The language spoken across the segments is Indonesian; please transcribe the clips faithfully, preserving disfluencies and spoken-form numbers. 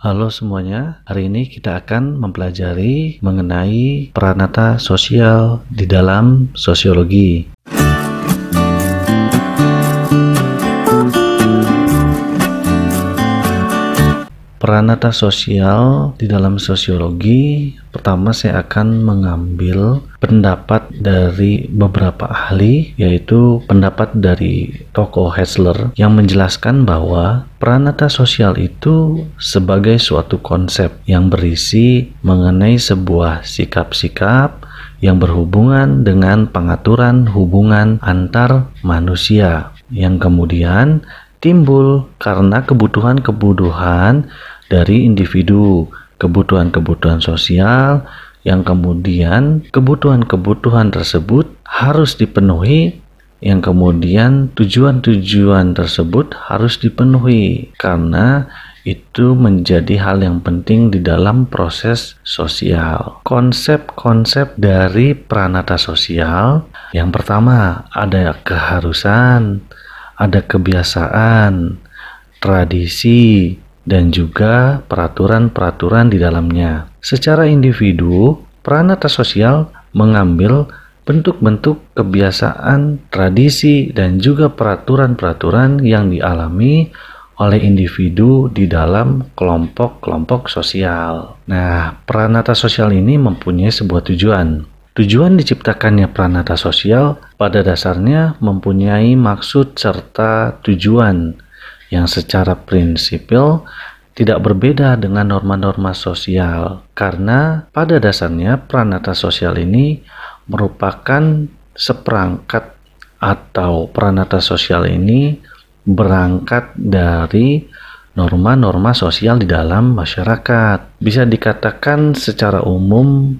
Halo semuanya, hari ini kita akan mempelajari mengenai peranata sosial di dalam sosiologi. Peranata sosial di dalam sosiologi, pertama saya akan mengambil pendapat dari beberapa ahli, yaitu pendapat dari tokoh Hassler yang menjelaskan bahwa peranata sosial itu sebagai suatu konsep yang berisi mengenai sebuah sikap-sikap yang berhubungan dengan pengaturan hubungan antar manusia yang kemudian timbul karena kebutuhan-kebutuhan dari individu, kebutuhan-kebutuhan sosial yang kemudian kebutuhan-kebutuhan tersebut harus dipenuhi, yang kemudian tujuan-tujuan tersebut harus dipenuhi karena itu menjadi hal yang penting di dalam proses sosial. Konsep-konsep dari peranata sosial, yang pertama ada keharusan, ada kebiasaan, tradisi, dan juga peraturan-peraturan di dalamnya. Secara individu, peranata sosial mengambil bentuk-bentuk kebiasaan, tradisi, dan juga peraturan-peraturan yang dialami oleh individu di dalam kelompok-kelompok sosial. Nah, peranata sosial ini mempunyai sebuah tujuan. Tujuan diciptakannya peranata sosial pada dasarnya mempunyai maksud serta tujuan yang secara prinsipil tidak berbeda dengan norma-norma sosial, karena pada dasarnya peranata sosial ini merupakan seperangkat atau peranata sosial ini berangkat dari norma-norma sosial di dalam masyarakat. Bisa dikatakan secara umum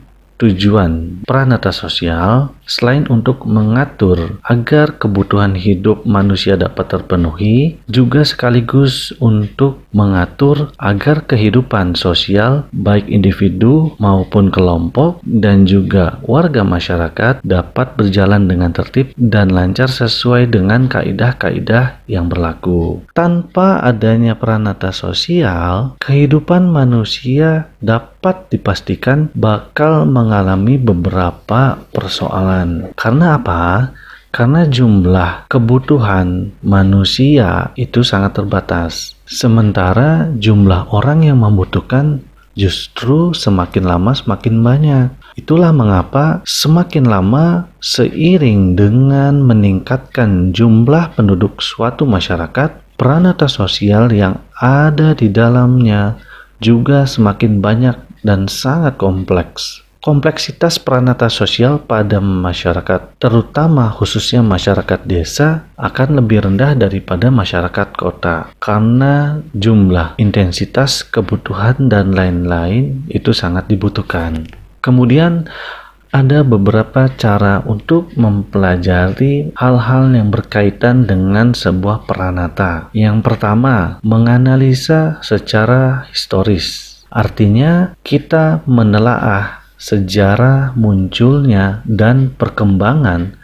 tujuan peranata sosial selain untuk mengatur agar kebutuhan hidup manusia dapat terpenuhi, juga sekaligus untuk mengatur agar kehidupan sosial baik individu maupun kelompok dan juga warga masyarakat dapat berjalan dengan tertib dan lancar sesuai dengan kaidah-kaidah yang berlaku. Tanpa adanya peranata sosial, kehidupan manusia dapat dipastikan bakal mengalami beberapa persoalan. Karena apa? Karena jumlah kebutuhan manusia itu sangat terbatas. Sementara jumlah orang yang membutuhkan justru semakin lama semakin banyak. Itulah mengapa semakin lama seiring dengan meningkatkan jumlah penduduk suatu masyarakat, peranata sosial yang ada di dalamnya juga semakin banyak dan sangat kompleks. Kompleksitas peranata sosial pada masyarakat, terutama khususnya masyarakat desa, akan lebih rendah daripada masyarakat kota karena jumlah, intensitas, kebutuhan, dan lain-lain itu sangat dibutuhkan. Kemudian ada beberapa cara untuk mempelajari hal-hal yang berkaitan dengan sebuah peranata. Yang pertama, menganalisa secara historis. Artinya, kita menelaah sejarah munculnya dan perkembangan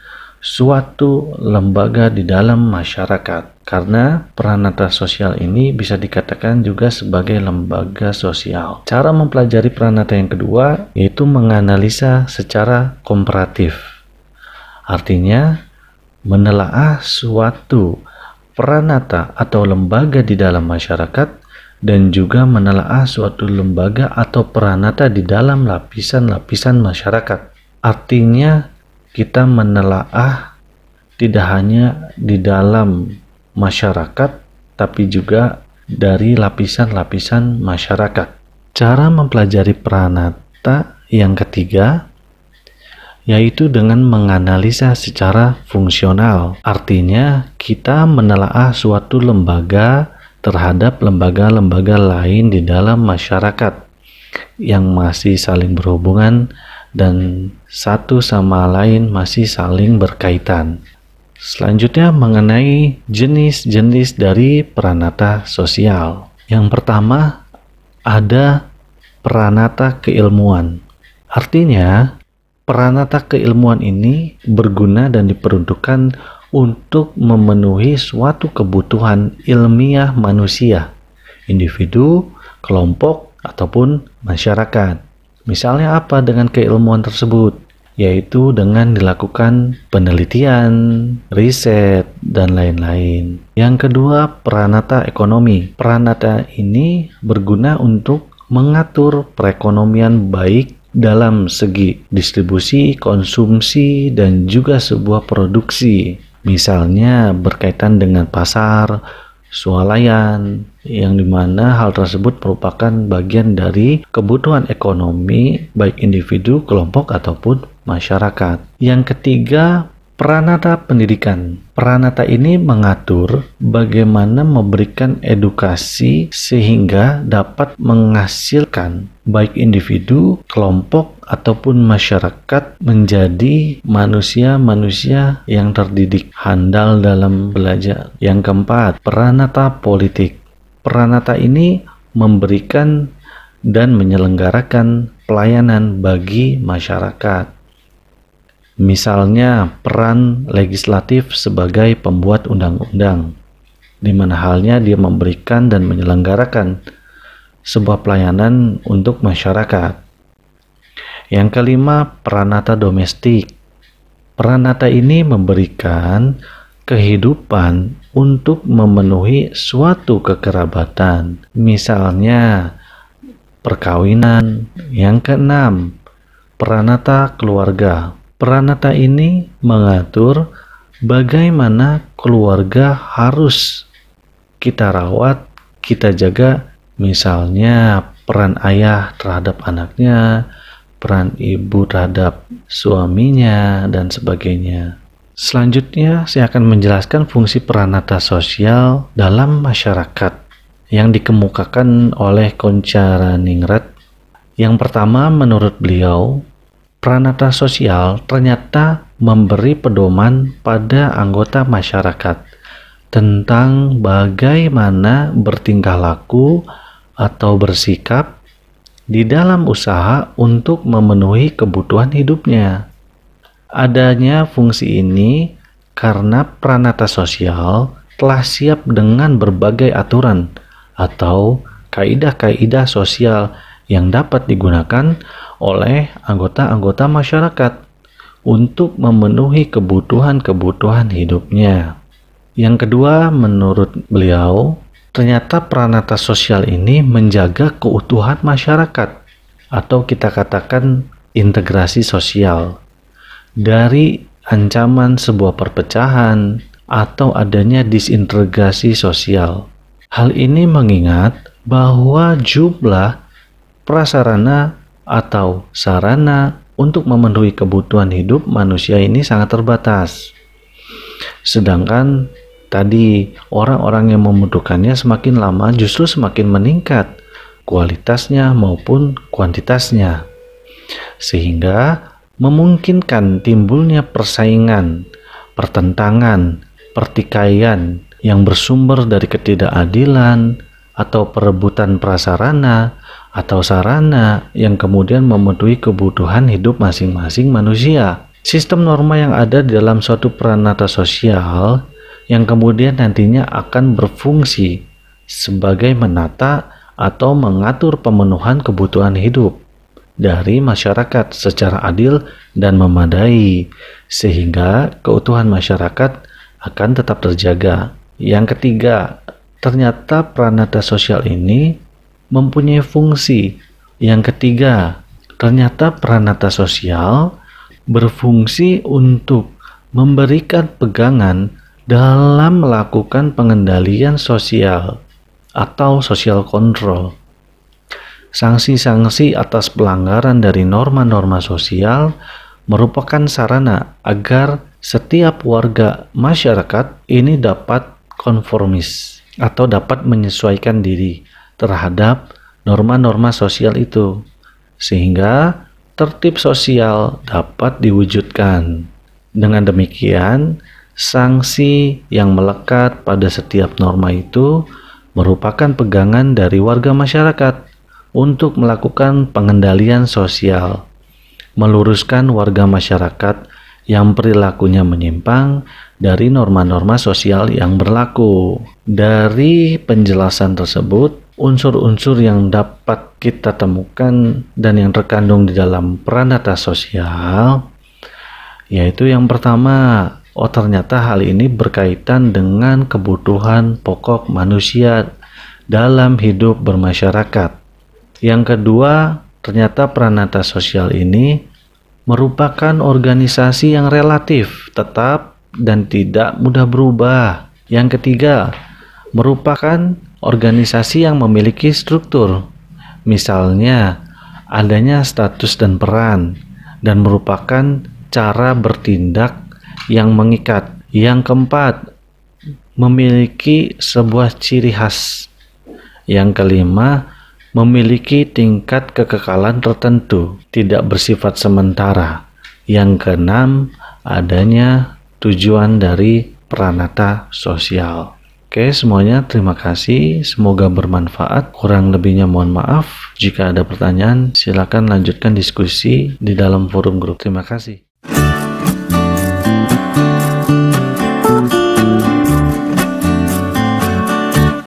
suatu lembaga di dalam masyarakat. Karena peranata sosial ini bisa dikatakan juga sebagai lembaga sosial. Cara mempelajari peranata yang kedua yaitu menganalisa secara komparatif. Artinya, menelaah suatu peranata atau lembaga di dalam masyarakat dan juga menelaah suatu lembaga atau peranata di dalam lapisan-lapisan masyarakat. Artinya, kita menelaah tidak hanya di dalam masyarakat, tapi juga dari lapisan-lapisan masyarakat. Cara mempelajari peranata yang ketiga yaitu dengan menganalisa secara fungsional. Artinya, kita menelaah suatu lembaga terhadap lembaga-lembaga lain di dalam masyarakat yang masih saling berhubungan dan satu sama lain masih saling berkaitan. Selanjutnya mengenai jenis-jenis dari peranata sosial. Yang pertama ada peranata keilmuan. Artinya peranata keilmuan ini berguna dan diperuntukkan untuk memenuhi suatu kebutuhan ilmiah manusia, individu, kelompok, ataupun masyarakat. Misalnya apa dengan keilmuan tersebut? Yaitu dengan dilakukan penelitian, riset, dan lain-lain. Yang kedua, peranata ekonomi. Peranata ini berguna untuk mengatur perekonomian baik dalam segi distribusi, konsumsi, dan juga sebuah produksi. Misalnya berkaitan dengan pasar, swalayan, yang dimana hal tersebut merupakan bagian dari kebutuhan ekonomi baik individu, kelompok, ataupun masyarakat. Yang ketiga, peranata pendidikan. Peranata ini mengatur bagaimana memberikan edukasi sehingga dapat menghasilkan baik individu, kelompok, ataupun masyarakat menjadi manusia-manusia yang terdidik, handal dalam belajar. Yang keempat, peranata politik. Peranata ini memberikan dan menyelenggarakan pelayanan bagi masyarakat. Misalnya peran legislatif sebagai pembuat undang-undang, di mana halnya dia memberikan dan menyelenggarakan sebuah pelayanan untuk masyarakat. Yang kelima, peranata domestik. Peranata ini memberikan kehidupan untuk memenuhi suatu kekerabatan, misalnya perkawinan. Yang keenam, peranata keluarga. Peranata ini mengatur bagaimana keluarga harus kita rawat, kita jaga, misalnya peran ayah terhadap anaknya, peran ibu terhadap suaminya, dan sebagainya. Selanjutnya, saya akan menjelaskan fungsi peranata sosial dalam masyarakat yang dikemukakan oleh Koncharaningrat. Yang pertama, menurut beliau, peranata sosial ternyata memberi pedoman pada anggota masyarakat tentang bagaimana bertingkah laku atau bersikap di dalam usaha untuk memenuhi kebutuhan hidupnya. Adanya fungsi ini karena peranata sosial telah siap dengan berbagai aturan atau kaidah-kaidah sosial yang dapat digunakan oleh anggota-anggota masyarakat untuk memenuhi kebutuhan-kebutuhan hidupnya. Yang kedua, menurut beliau, ternyata peranata sosial ini menjaga keutuhan masyarakat atau kita katakan integrasi sosial dari ancaman sebuah perpecahan atau adanya disintegrasi sosial. Hal ini mengingat bahwa jumlah prasarana atau sarana untuk memenuhi kebutuhan hidup manusia ini sangat terbatas. Sedangkan tadi orang-orang yang membutuhkannya semakin lama justru semakin meningkat kualitasnya maupun kuantitasnya, sehingga memungkinkan timbulnya persaingan, pertentangan, pertikaian yang bersumber dari ketidakadilan atau perebutan prasarana atau sarana yang kemudian memenuhi kebutuhan hidup masing-masing manusia. Sistem norma yang ada di dalam suatu peranata sosial yang kemudian nantinya akan berfungsi sebagai menata atau mengatur pemenuhan kebutuhan hidup dari masyarakat secara adil dan memadai, sehingga keutuhan masyarakat akan tetap terjaga. Yang ketiga, ternyata peranata sosial ini mempunyai fungsi. Yang ketiga, ternyata peranata sosial berfungsi untuk memberikan pegangan dalam melakukan pengendalian sosial atau social control. Sanksi-sanksi atas pelanggaran dari norma-norma sosial merupakan sarana agar setiap warga masyarakat ini dapat konformis atau dapat menyesuaikan diri terhadap norma-norma sosial itu, sehingga tertib sosial dapat diwujudkan. Dengan demikian, sanksi yang melekat pada setiap norma itu merupakan pegangan dari warga masyarakat untuk melakukan pengendalian sosial, meluruskan warga masyarakat yang perilakunya menyimpang dari norma-norma sosial yang berlaku. Dari penjelasan tersebut, unsur-unsur yang dapat kita temukan dan yang terkandung di dalam pranata sosial, yaitu yang pertama, oh ternyata hal ini berkaitan dengan kebutuhan pokok manusia dalam hidup bermasyarakat. Yang kedua, ternyata pranata sosial ini merupakan organisasi yang relatif, tetap, dan tidak mudah berubah. Yang ketiga, merupakan organisasi yang memiliki struktur, misalnya adanya status dan peran, dan merupakan cara bertindak yang mengikat. Yang keempat, memiliki sebuah ciri khas. Yang kelima, memiliki tingkat kekekalan tertentu, tidak bersifat sementara. Yang keenam, adanya tujuan dari pranata sosial. Oke, semuanya terima kasih. Semoga bermanfaat. Kurang lebihnya mohon maaf. Jika ada pertanyaan, silakan lanjutkan diskusi di dalam forum grup. Terima kasih.